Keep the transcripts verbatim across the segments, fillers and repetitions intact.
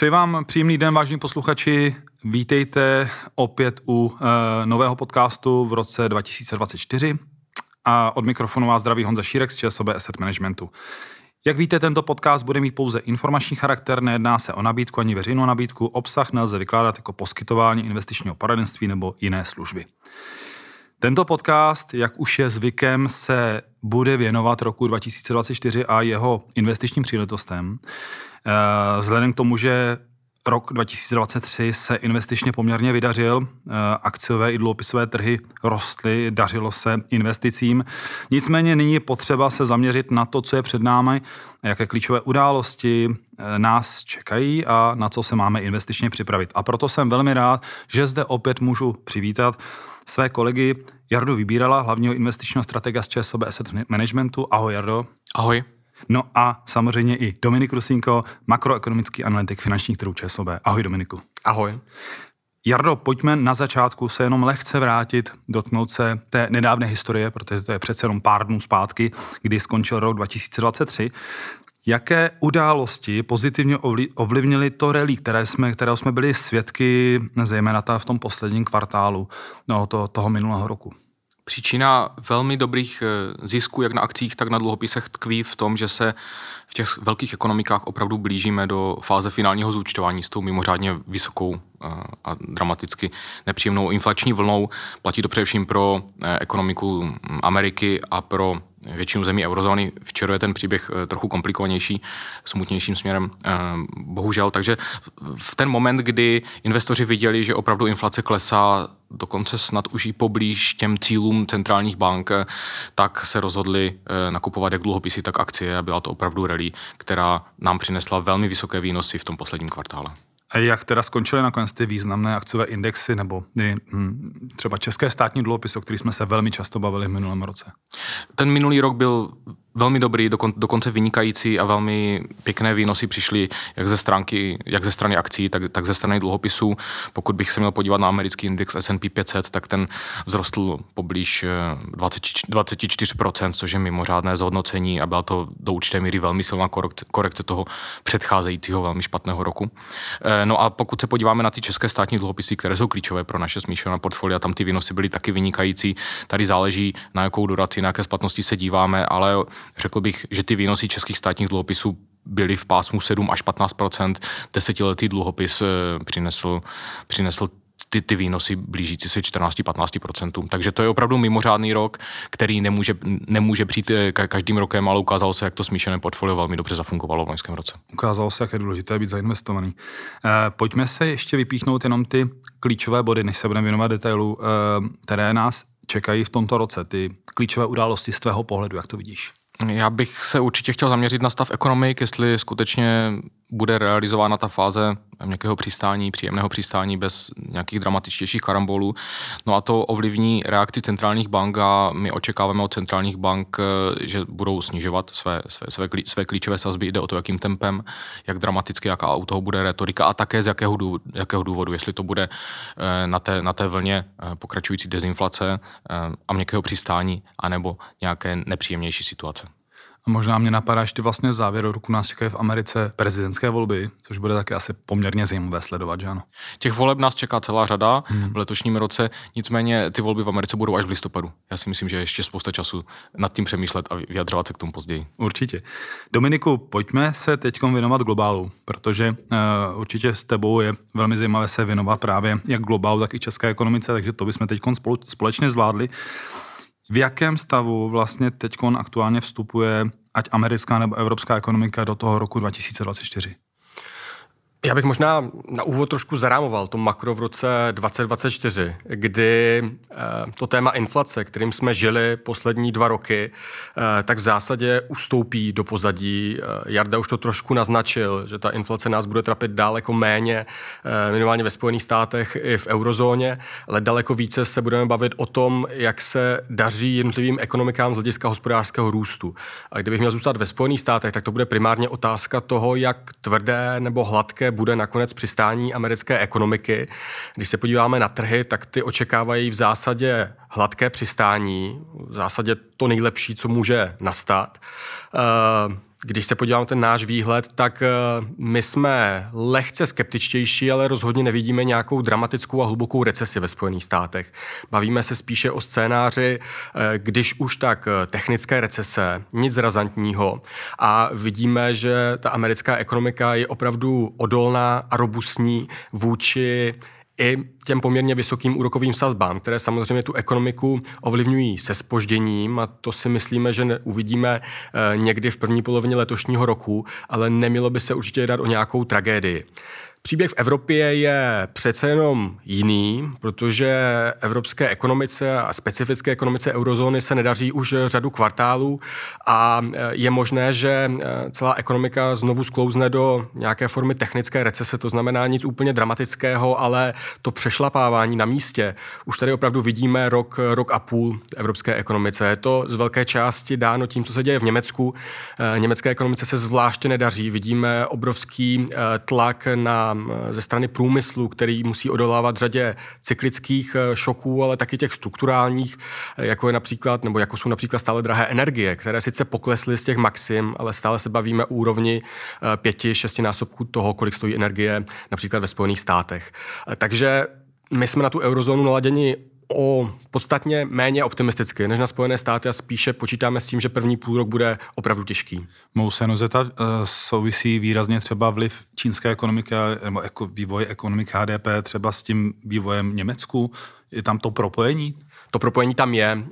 Přeji vám příjemný den, vážení posluchači. Vítejte opět u uh, nového podcastu v roce dva tisíce dvacet čtyři. A od mikrofonu vás zdraví Honza Šírek z ČSOB Asset Managementu. Jak víte, tento podcast bude mít pouze informační charakter, nejedná se o nabídku ani veřejnou nabídku, obsah nelze vykládat jako poskytování investičního poradenství nebo jiné služby. Tento podcast, jak už je zvykem, se bude věnovat roku dva tisíce dvacet čtyři a jeho investičním příležitostem. Vzhledem k tomu, že rok dva tisíce dvacet tři se investičně poměrně vydařil, akciové i dluhopisové trhy rostly, dařilo se investicím. Nicméně nyní je potřeba se zaměřit na to, co je před námi, jaké klíčové události nás čekají a na co se máme investičně připravit. A proto jsem velmi rád, že zde opět můžu přivítat své kolegy Jardu Vybírala, hlavního investičního stratega z ČSOB Asset Managementu. Ahoj, Jardo. Ahoj. No a samozřejmě i Dominik Rusínko, makroekonomický analytik finančních trhů ČSOB. Ahoj, Dominiku. Ahoj. Jardo, pojďme na začátku se jenom lehce vrátit, dotknout se té nedávné historie, protože to je přece jenom pár dnů zpátky, kdy skončil rok dva tisíce dvacet tři. Jaké události pozitivně ovlivnily to rally, které jsme, kterého jsme byli svědky, zejména v tom posledním kvartálu no, to, toho minulého roku? Příčina velmi dobrých zisků, jak na akcích, tak na dluhopisech tkví v tom, že se v těch velkých ekonomikách opravdu blížíme do fáze finálního zúčtování s tou mimořádně vysokou a dramaticky nepříjemnou inflační vlnou. Platí to především pro ekonomiku Ameriky a pro většinu zemí eurozóny. Včera je ten příběh trochu komplikovanější, smutnějším směrem, bohužel. Takže v ten moment, kdy investoři viděli, že opravdu inflace klesá dokonce snad už i poblíž těm cílům centrálních bank, tak se rozhodli nakupovat jak dluhopisy, tak akcie a byla to opravdu rally, která nám přinesla velmi vysoké výnosy v tom posledním kvartále. A jak teda skončily nakonec ty významné akciové indexy nebo ty, hm, třeba české státní dluhopisy, o kterých jsme se velmi často bavili v minulém roce? Ten minulý rok byl velmi dobrý, dokon, dokonce vynikající a velmi pěkné výnosy přišly jak ze stránky, jak ze strany akcí, tak, tak ze strany dluhopisů. Pokud bych se měl podívat na americký index S and P pět set, tak ten vzrostl poblíž dvacet čtyři procent, což je mimořádné zhodnocení a byla to do určité míry velmi silná korekce, korekce toho předcházejícího velmi špatného roku. No a pokud se podíváme na ty české státní dluhopisy, které jsou klíčové pro naše smíšené portfolia, tam ty výnosy byly taky vynikající. Tady záleží, na jakou duraci, na jaké splatnosti se díváme, ale řekl bych, že ty výnosy českých státních dluhopisů byly v pásmu sedm až patnáct procent. Desetiletý dluhopis přinesl, přinesl ty, ty výnosy blížící se čtrnáct až patnáct procent. Takže to je opravdu mimořádný rok, který nemůže, nemůže přijít každým rokem, ale ukázalo se, jak to smíšené portfolio velmi dobře zafungovalo v loňském roce. Ukázalo se, jak je důležité být zainvestovaný. E, pojďme se ještě vypíchnout jenom ty klíčové body, než se budeme věnovat detailu, e, které nás čekají v tomto roce. Ty klíčové události z tvého pohledu, jak to vidíš? Já bych se určitě chtěl zaměřit na stav ekonomik, jestli skutečně bude realizována ta fáze nějakého přistání, příjemného přistání bez nějakých dramatičtějších karambolů. No a to ovlivní reakci centrálních bank a my očekáváme od centrálních bank, že budou snižovat své, své, své, své klíčové sazby. Jde o to, jakým tempem, jak dramaticky, jaká u toho bude retorika a také z jakého důvodu, jakého důvodu jestli to bude na té, na té vlně pokračující dezinflace a měkkého přistání, anebo nějaké nepříjemnější situace. A možná mě napadá ještě vlastně v závěru roku nás čekají v Americe prezidentské volby, což bude taky asi poměrně zajímavé sledovat, že ano? Těch voleb nás čeká celá řada hmm. v letošním roce, nicméně ty volby v Americe budou až v listopadu. Já si myslím, že je ještě spousta času nad tím přemýšlet a vyjadřovat se k tomu později. Určitě. Dominiku, pojďme se teď věnovat globálu, protože uh, určitě s tebou je velmi zajímavé se věnovat právě jak globálu, tak i české ekonomice, takže to bychom teď společně zvládli. V jakém stavu vlastně teď aktuálně vstupuje ať americká nebo evropská ekonomika do toho roku dva tisíce dvacet čtyři? Já bych možná na úvod trošku zarámoval to makro v roce dvacet dvacet čtyři, kdy to téma inflace, kterým jsme žili poslední dva roky, tak v zásadě ustoupí do pozadí. Jarda už to trošku naznačil, že ta inflace nás bude trapit daleko méně, minimálně ve Spojených státech i v eurozóně, ale daleko více se budeme bavit o tom, jak se daří jednotlivým ekonomikám z hlediska hospodářského růstu. A kdybych měl zůstat ve Spojených státech, tak to bude primárně otázka toho, jak tvrdé nebo hladké bude nakonec přistání americké ekonomiky. Když se podíváme na trhy, tak ty očekávají v zásadě hladké přistání, v zásadě to nejlepší, co může nastat. když se podívám na ten náš výhled, tak my jsme lehce skeptičtější, ale rozhodně nevidíme nějakou dramatickou a hlubokou recesi ve Spojených státech. Bavíme se spíše o scénáři, když už tak technické recese, nic razantního a vidíme, že ta americká ekonomika je opravdu odolná a robustní vůči i těm poměrně vysokým úrokovým sazbám, které samozřejmě tu ekonomiku ovlivňují se zpožděním a to si myslíme, že uvidíme někdy v první polovině letošního roku, ale nemělo by se určitě jednat o nějakou tragédii. Příběh v Evropě je přece jenom jiný, protože evropské ekonomice a specifické ekonomice eurozóny se nedaří už řadu kvartálů a je možné, že celá ekonomika znovu sklouzne do nějaké formy technické recese, to znamená nic úplně dramatického, ale to přešlapávání na místě už tady opravdu vidíme rok, rok a půl evropské ekonomice. Je to z velké části dáno tím, co se děje v Německu. Německé ekonomice se zvláště nedaří. Vidíme obrovský tlak na ze strany průmyslu, který musí odolávat řadě cyklických šoků, ale taky těch strukturálních, jako je například, nebo jako jsou například stále drahé energie, které sice poklesly z těch maxim, ale stále se bavíme o úrovni pěti, šestinásobků toho, kolik stojí energie například ve Spojených státech. Takže my jsme na tu eurozónu naladěni o podstatně méně optimisticky než na Spojené státy a spíše počítáme s tím, že první půlrok bude opravdu těžký. Mohu se nozeta, souvisí výrazně třeba vliv čínské ekonomiky nebo jako vývoj ekonomiky H D P třeba s tím vývojem Německu? Je tam to propojení? To propojení tam je.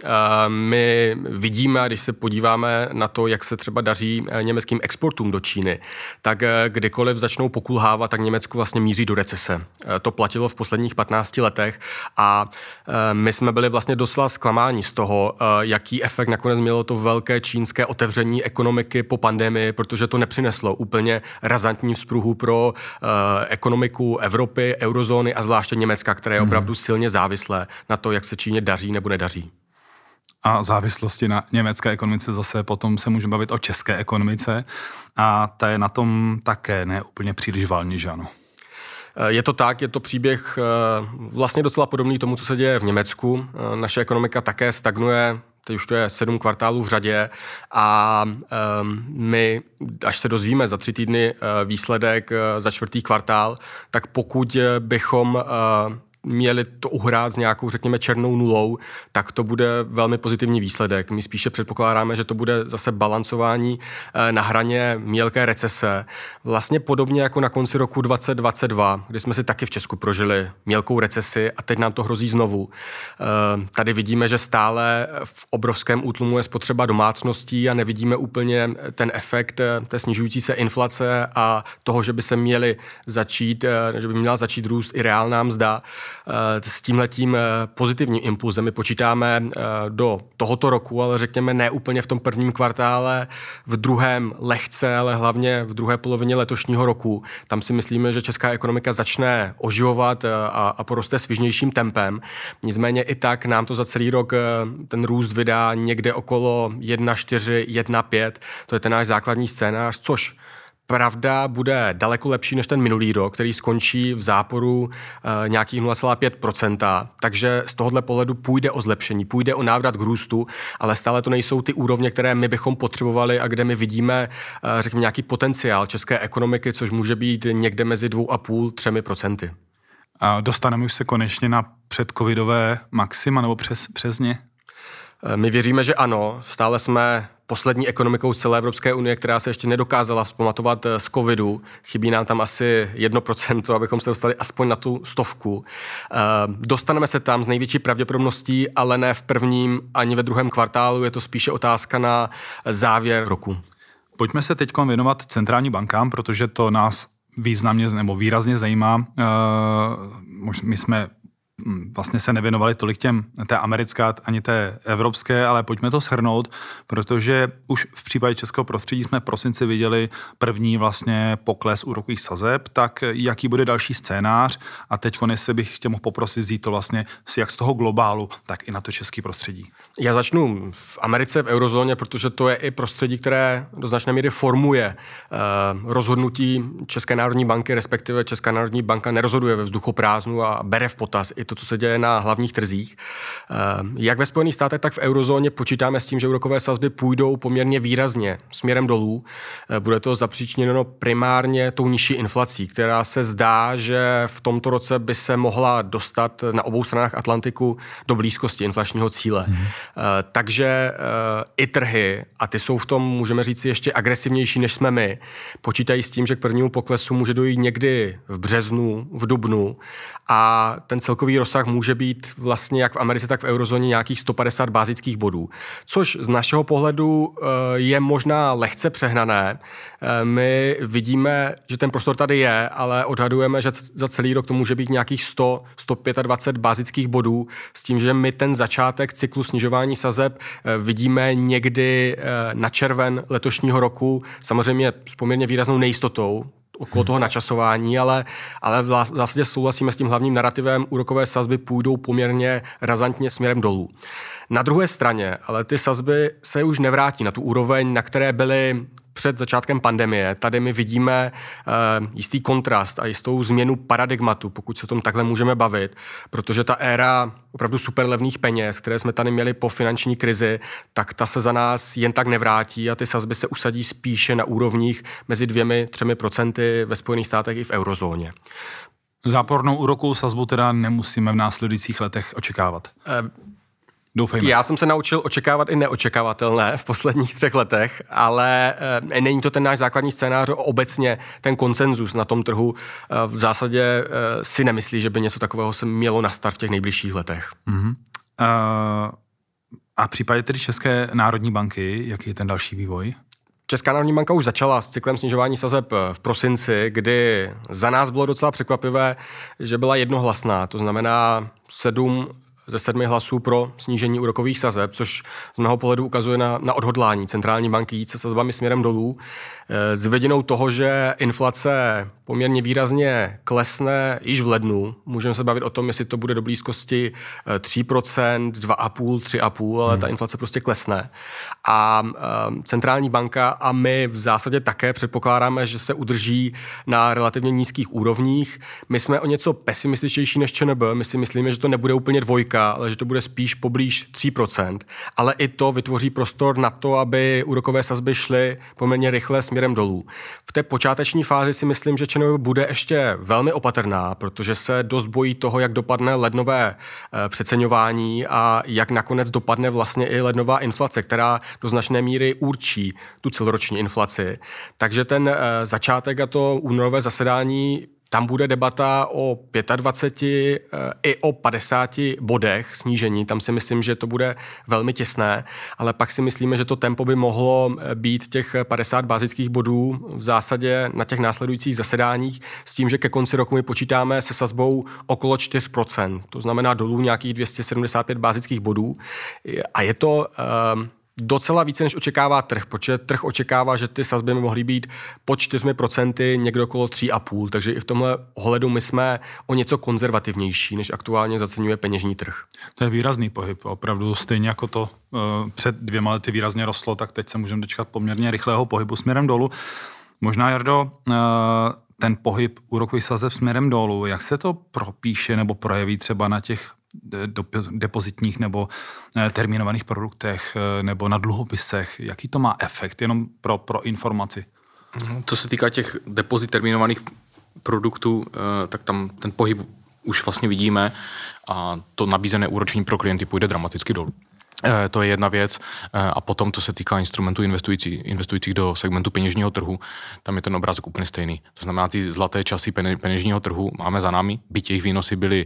My vidíme, když se podíváme na to, jak se třeba daří německým exportům do Číny, tak kdykoliv začnou pokulhávat, tak Německo vlastně míří do recese. To platilo v posledních patnácti letech a my jsme byli vlastně doslova zklamáni z toho, jaký efekt nakonec mělo to velké čínské otevření ekonomiky po pandemii, protože to nepřineslo úplně razantní vzpruhu pro ekonomiku Evropy, eurozóny a zvláště Německa, které je opravdu silně závislé na to, jak se Číně daří nebo nedaří. A závislosti na německé ekonomice zase potom se můžeme bavit o české ekonomice a ta je na tom také ne úplně příliš valně, že ano? Je to tak, je to příběh vlastně docela podobný tomu, co se děje v Německu. Naše ekonomika také stagnuje, teď už to je sedm kvartálů v řadě a my, až se dozvíme za tři týdny výsledek za čtvrtý kvartál, tak pokud bychom měli to uhrát s nějakou, řekněme, černou nulou, tak to bude velmi pozitivní výsledek. My spíše předpokládáme, že to bude zase balancování na hraně mělké recese. Vlastně podobně jako na konci roku dvacet dvacet dva, kdy jsme si taky v Česku prožili mělkou recesi a teď nám to hrozí znovu. Tady vidíme, že stále v obrovském útlumu je spotřeba domácností a nevidíme úplně ten efekt té snižující se inflace a toho, že by se měli začít, že by měla začít růst i reálná mzda. S tímhletím pozitivním impulzem my počítáme do tohoto roku, ale řekněme ne úplně v tom prvním kvartále, v druhém lehce, ale hlavně v druhé polovině letošního roku. Tam si myslíme, že česká ekonomika začne oživovat a, a poroste svižnějším tempem. Nicméně i tak nám to za celý rok ten růst vydá někde okolo jedna čtyři, jedna pět. To je ten náš základní scénář, což pravda bude daleko lepší než ten minulý rok, který skončí v záporu e, nějakých nula celá pět procenta. Takže z tohohle pohledu půjde o zlepšení, půjde o návrat k růstu, ale stále to nejsou ty úrovně, které my bychom potřebovali a kde my vidíme, e, řekněme, nějaký potenciál české ekonomiky, což může být někde mezi dvou a půl, třemi procenty. A dostaneme už se konečně na předcovidové maxima nebo přes, přes ně? E, my věříme, že ano. Stále jsme poslední ekonomikou celé Evropské unie, která se ještě nedokázala vzpamatovat z covidu. Chybí nám tam asi jedno procento, abychom se dostali aspoň na tu stovku. Dostaneme se tam s největší pravděpodobností, ale ne v prvním ani ve druhém kvartálu. Je to spíše otázka na závěr roku. Pojďme se teď věnovat centrální bankám, protože to nás významně nebo výrazně zajímá. My jsme vlastně se nevěnovali tolik těm té americké ani té evropské, ale pojďme to shrnout, protože už v případě českého prostředí jsme v prosinci viděli první vlastně pokles úrokových sazeb, tak jaký bude další scénář a teď jestli bych tě mohl poprosit vzít to vlastně jak z toho globálu, tak i na to české prostředí. Já začnu v Americe, v eurozóně, protože to je i prostředí, které do značné míry formuje eh, rozhodnutí České národní banky, respektive Česká národní banka nerozhoduje ve vzduchoprázdnu a bere v potaz i to, co se děje na hlavních trzích. Jak ve Spojených státech, tak v eurozóně počítáme s tím, že úrokové sazby půjdou poměrně výrazně směrem dolů. Bude to zapříčiněno primárně tou nižší inflací, která se zdá, že v tomto roce by se mohla dostat na obou stranách Atlantiku do blízkosti inflačního cíle. Mm. Takže i trhy, a ty jsou v tom, můžeme říct, ještě agresivnější, než jsme my, počítají s tím, že k prvnímu poklesu může dojít někdy v březnu, v dubnu a ten celkový rozsah může být vlastně jak v Americe, tak v eurozóně nějakých sto padesát bázických bodů. Což z našeho pohledu je možná lehce přehnané. My vidíme, že ten prostor tady je, ale odhadujeme, že za celý rok to může být nějakých sto až sto dvacet pět bázických bodů s tím, že my ten začátek cyklu snižování sazeb vidíme někdy na červen letošního roku, samozřejmě s poměrně výraznou nejistotou okolo toho načasování, ale, ale v zásadě souhlasíme s tím hlavním narrativem, úrokové sazby půjdou poměrně razantně směrem dolů. Na druhé straně, ale ty sazby se už nevrátí na tu úroveň, na které byly před začátkem pandemie. Tady my vidíme uh, jistý kontrast a jistou změnu paradigmatu, pokud se o tom takhle můžeme bavit, protože ta éra opravdu super levných peněz, které jsme tady měli po finanční krizi, tak ta se za nás jen tak nevrátí a ty sazby se usadí spíše na úrovních mezi dvěmi, třemi procenty ve Spojených státech i v eurozóně. Zápornou úrokovou sazbu teda nemusíme v následujících letech očekávat. Uh, Doufejme. Já jsem se naučil očekávat i neočekávatelné v posledních třech letech, ale e, není to ten náš základní scénář, obecně ten konsenzus na tom trhu e, v zásadě e, si nemyslí, že by něco takového se mělo nastat v těch nejbližších letech. Uh-huh. Uh, a v případě tedy České národní banky, jaký je ten další vývoj? Česká národní banka už začala s cyklem snižování sazeb v prosinci, kdy za nás bylo docela překvapivé, že byla jednohlasná, to znamená sedm ze sedmi hlasů pro snížení úrokových sazeb, což z mého pohledu ukazuje na, na odhodlání centrální banky jít se sazbami směrem dolů. S vidinou toho, že inflace poměrně výrazně klesne již v lednu. Můžeme se bavit o tom, jestli to bude do blízkosti tři procenta, dva celá pět, tři celá pět, ale hmm. ta inflace prostě klesne. A um, centrální banka a my v zásadě také předpokládáme, že se udrží na relativně nízkých úrovních. My jsme o něco pesimističtější než ČNB. My si myslíme, že to nebude úplně dvojka, ale že to bude spíš poblíž tři procenta. Ale i to vytvoří prostor na to, aby úrokové sazby šly poměrně rychle směrem dolů. V té počáteční fázi si myslím, že ČNB bude ještě velmi opatrná, protože se dost bojí toho, jak dopadne lednové e, přeceňování a jak nakonec dopadne vlastně i lednová inflace, která do značné míry určí tu celoroční inflaci. Takže ten e, začátek a to únorové zasedání, tam bude debata o dvaceti pěti i o padesáti bodech snížení. Tam si myslím, že to bude velmi těsné, ale pak si myslíme, že to tempo by mohlo být těch padesát bazických bodů v zásadě na těch následujících zasedáních s tím, že ke konci roku my počítáme se sazbou okolo čtyři procenta. To znamená dolů nějakých dvě stě sedmdesát pět bazických bodů. A je to Uh, docela více, než očekává trh, protože trh očekává, že ty sazby by mohly být pod čtyřmi procenty, někdo okolo tři celá pět, takže i v tomhle ohledu my jsme o něco konzervativnější, než aktuálně zaceňuje peněžní trh. To je výrazný pohyb, opravdu stejně jako to uh, před dvěma lety výrazně rostlo, tak teď se můžeme dočkat poměrně rychlého pohybu směrem dolů. Možná, Jardo, uh, ten pohyb úrokových sazeb směrem dolů, jak se to propíše nebo projeví třeba na těch depozitních nebo termínovaných produktech nebo na dluhopisech? Jaký to má efekt? Jenom pro, pro informaci. Co se týká těch depozit termínovaných produktů, tak tam ten pohyb už vlastně vidíme a to nabízené úročení pro klienty půjde dramaticky dolů. To je jedna věc. A potom, co se týká instrumentů investující, investujících do segmentu peněžního trhu, tam je ten obrázek úplně stejný. To znamená, ty zlaté časy peněžního trhu máme za námi, byť jejich výnosy byly,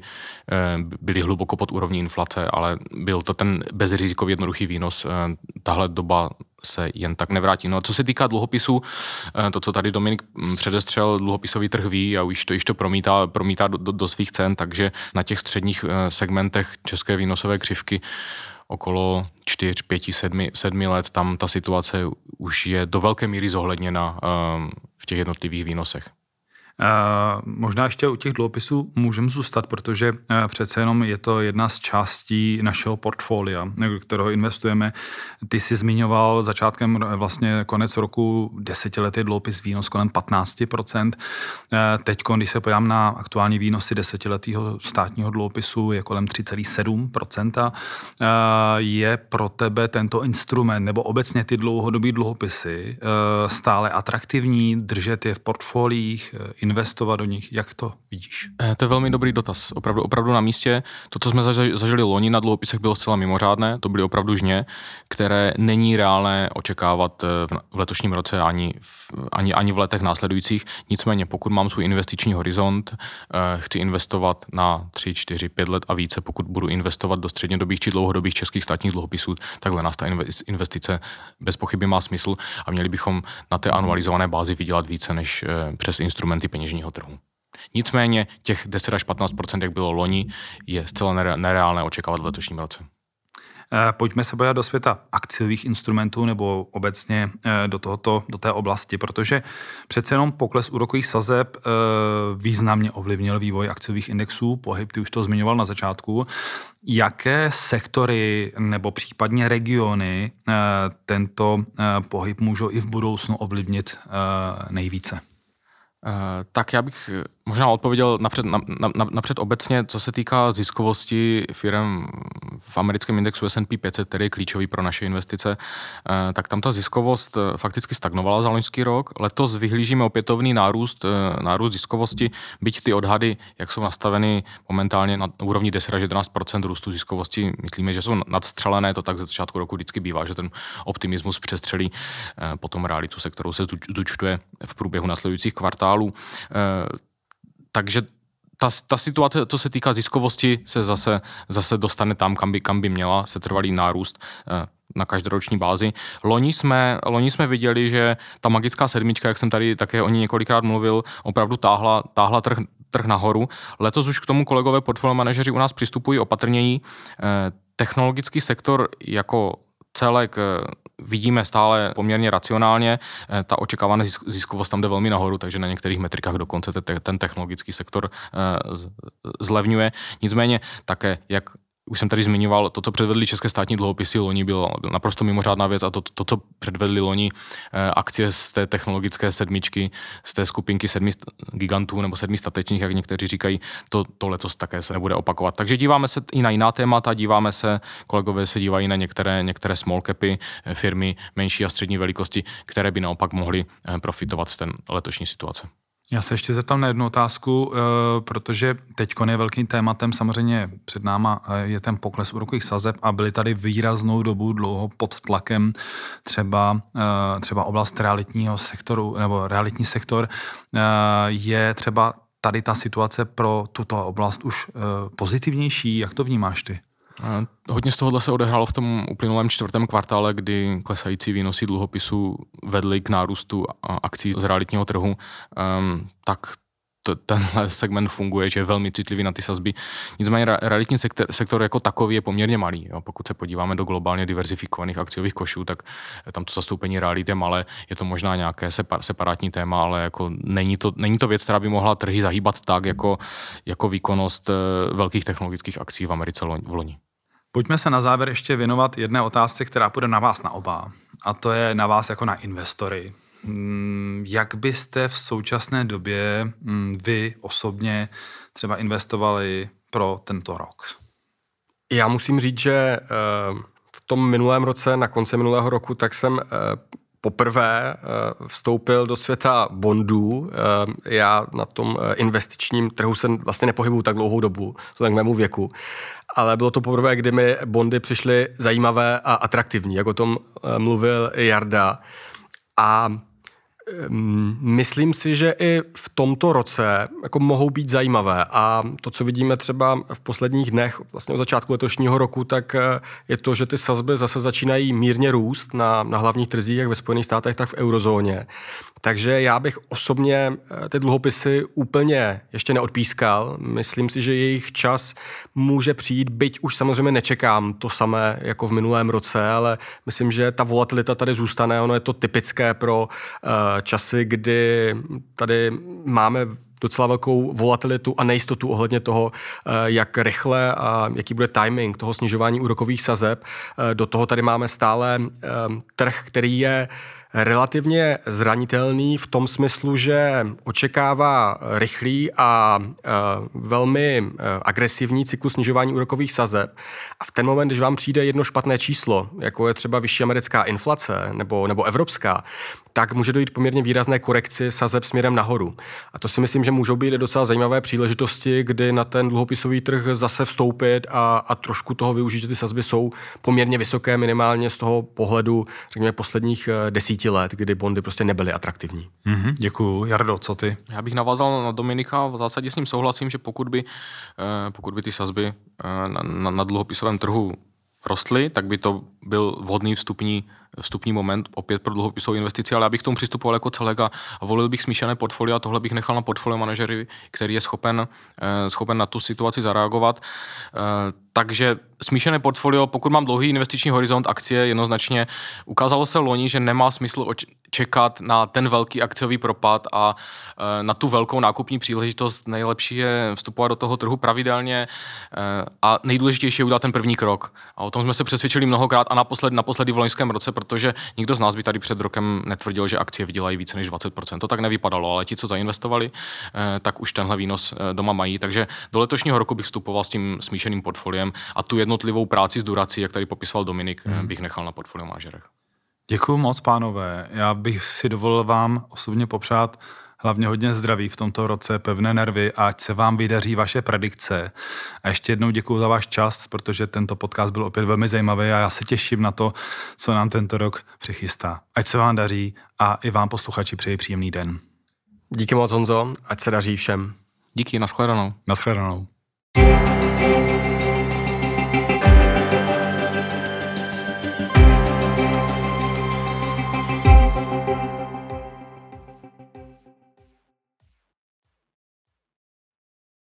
byly hluboko pod úrovní inflace, ale byl to ten bezrizikový jednoduchý výnos. Tahle doba se jen tak nevrátí. No a co se týká dluhopisů, to, co tady Dominik předestřel, dluhopisový trh ví a už to, již to promítá, promítá do, do, do svých cen, takže na těch středních segmentech české výnosové křivky okolo čtyř, pěti, sedmi, sedmi let, tam ta situace už je do velké míry zohledněna um, v těch jednotlivých výnosech. Uh, možná ještě u těch dluhopisů můžeme zůstat, protože uh, přece jenom je to jedna z částí našeho portfolia, kterého investujeme. Ty jsi zmiňoval začátkem vlastně konec roku desetiletý dluhopis výnos kolem patnáct procent. Uh, teď, když se podívám na aktuální výnosy desetiletého státního dluhopisu, je kolem tři celá sedm procenta. Uh, je pro tebe tento instrument nebo obecně ty dlouhodobý dluhopisy uh, stále atraktivní, držet je v portfoliích, investovat do nich? Jak to vidíš? To je velmi dobrý dotaz. Opravdu, opravdu na místě. To, co jsme zažili loni na dluhopisech, bylo zcela mimořádné. To byly opravdu žně, které není reálné očekávat v letošním roce ani v, ani, ani v letech následujících. Nicméně, pokud mám svůj investiční horizont, chci investovat na tři, čtyři, pět let a více, pokud budu investovat do střednědobých či dlouhodobých českých státních dluhopisů, takhle nás ta investice bez pochyby má smysl a měli bychom na té anualizované bázi vydělat více než přes instrumenty peněžního trhu. Nicméně těch deset až patnáct procent, jak bylo loni, je zcela nereálné očekávat v letošním roce. Pojďme se podívat do světa akciových instrumentů nebo obecně do, tohoto, do té oblasti, protože přece jenom pokles úrokových sazeb významně ovlivnil vývoj akciových indexů, pohyb, ty už to zmiňoval na začátku. Jaké sektory nebo případně regiony tento pohyb můžou i v budoucnu ovlivnit nejvíce? Tak já bych možná odpověděl napřed, na, na, napřed obecně, co se týká ziskovosti firem v americkém indexu S and P pět set, který je klíčový pro naše investice, tak tam ta ziskovost fakticky stagnovala za loňský rok. Letos vyhlížíme opětovný nárůst, nárůst ziskovosti, byť ty odhady, jak jsou nastaveny momentálně na úrovni deset až jedenáct procent růstu ziskovosti, myslíme, že jsou nadstřelené, to tak ze začátku roku vždycky bývá, že ten optimismus přestřelí potom realitu, se kterou se zúčtuje v průběhu následujících kvartálů. Takže ta, ta situace, co se týká ziskovosti, se zase, zase dostane tam, kam by, kam by měla, se trvalý nárůst na každoroční bázi. Loni jsme, loni jsme viděli, že ta magická sedmička, jak jsem tady také o ní několikrát mluvil, opravdu táhla, táhla trh, trh nahoru. Letos už k tomu kolegové portfolio manažeři u nás přistupují opatrněji. Technologický sektor jako celek vidíme stále poměrně racionálně, ta očekávaná ziskovost tam jde velmi nahoru, takže na některých metrikách dokonce ten technologický sektor zlevňuje. Nicméně také, jak už jsem tady zmiňoval, to, co předvedli české státní dluhopisy loni, bylo naprosto mimořádná věc a to, to co předvedli loni akcie z té technologické sedmičky, z té skupinky sedmi gigantů nebo sedmi statečních, jak někteří říkají, to, to letos také se nebude opakovat. Takže díváme se i na jiná témata, díváme se, kolegové se dívají na některé, některé small capy, firmy menší a střední velikosti, které by naopak mohly profitovat z té letošní situace. Já se ještě zeptám na jednu otázku, protože teďkon je velkým tématem, samozřejmě před náma je ten pokles úrokových sazeb a byly tady výraznou dobu dlouho pod tlakem třeba, třeba oblast realitního sektoru, nebo realitní sektor. Je třeba tady ta situace pro tuto oblast už pozitivnější? Jak to vnímáš ty? Hodně z tohohle se odehrálo v tom uplynulém čtvrtém kvartále, kdy klesající výnosy dluhopisů vedly k nárůstu akcí z realitního trhu, um, tak t- tenhle segment funguje, že je velmi citlivý na ty sazby. Nicméně realitní sektor, sektor jako takový je poměrně malý. Jo. Pokud se podíváme do globálně diverzifikovaných akciových košů, tak tam to zastoupení realit je malé, je to možná nějaké separ- separátní téma, ale jako není to, není to věc, která by mohla trhy zahýbat tak, jako, jako výkonnost velkých technologických akcí v Americe v loni. Pojďme se na závěr ještě věnovat jedné otázce, která půjde na vás na oba. A to je na vás jako na investory. Jak byste v současné době vy osobně třeba investovali pro tento rok? Já musím říct, že v tom minulém roce, na konci minulého roku, tak jsem poprvé vstoupil do světa bondů. Já na tom investičním trhu se vlastně nepohybuju tak dlouhou dobu, vzhledem k mému věku, ale bylo to poprvé, kdy mi bondy přišly zajímavé a atraktivní, jak o tom mluvil Jarda. A myslím si, že i v tomto roce jako mohou být zajímavé a to, co vidíme třeba v posledních dnech, vlastně od začátku letošního roku, tak je to, že ty sazby zase začínají mírně růst na, na hlavních trzích, jak ve Spojených státech, tak v eurozóně. Takže já bych osobně ty dluhopisy úplně ještě neodpískal. Myslím si, že jejich čas může přijít, byť už samozřejmě nečekám to samé jako v minulém roce, ale myslím, že ta volatilita tady zůstane. Ono je to typické pro uh, časy, kdy tady máme docela velkou volatilitu a nejistotu ohledně toho, jak rychle a jaký bude timing toho snižování úrokových sazeb. Do toho tady máme stále trh, který je relativně zranitelný v tom smyslu, že očekává rychlý a e, velmi e, agresivní cyklus snižování úrokových sazeb. A v ten moment, když vám přijde jedno špatné číslo, jako je třeba vyšší americká inflace nebo, nebo evropská, tak může dojít poměrně výrazné korekci sazeb směrem nahoru. A to si myslím, že můžou být docela zajímavé příležitosti, kdy na ten dluhopisový trh zase vstoupit a, a trošku toho využít, že ty sazby jsou poměrně vysoké, minimálně z toho pohledu, řekněme, posledních desíti let, kdy bondy prostě nebyly atraktivní. Mm-hmm, děkuju. Jardo, co ty? Já bych navázal na Dominika, v zásadě s ním souhlasím, že pokud by, pokud by ty sazby na, na, na dluhopisovém trhu rostly, tak by to byl vhodný vstupní vstupní moment opět pro dluhopisovou investici, ale já bych k tomu přistupoval jako celek a, a volil bych smíšené portfolio a tohle bych nechal na portfolio manažery, který je schopen, eh, schopen na tu situaci zareagovat. Eh, takže smíšené portfolio, pokud mám dlouhý investiční horizont akcie, jednoznačně ukázalo se loni, že nemá smysl oč- čekat na ten velký akciový propad a e, na tu velkou nákupní příležitost. Nejlepší je vstupovat do toho trhu pravidelně e, a nejdůležitější je udělat ten první krok. A o tom jsme se přesvědčili mnohokrát a naposled, naposledy v loňském roce, protože nikdo z nás by tady před rokem netvrdil, že akcie vydělají více než dvacet procent. To tak nevypadalo, ale ti, co zainvestovali, e, tak už tenhle výnos e, doma mají. Takže do letošního roku bych vstupoval s tím smíšeným portfoliem a tu jednotlivou práci s durací, jak tady popisoval Dominik, hmm. bych nechal na portfolio manažerech. Děkuju moc, pánové. Já bych si dovolil vám osobně popřát hlavně hodně zdraví v tomto roce, pevné nervy a ať se vám vydaří vaše predikce. A ještě jednou děkuju za váš čas, protože tento podcast byl opět velmi zajímavý a já se těším na to, co nám tento rok přichystá. Ať se vám daří a i vám posluchači přeji příjemný den. Díky moc, Honzo, ať se daří všem. Díky, nashledanou. Nashledanou.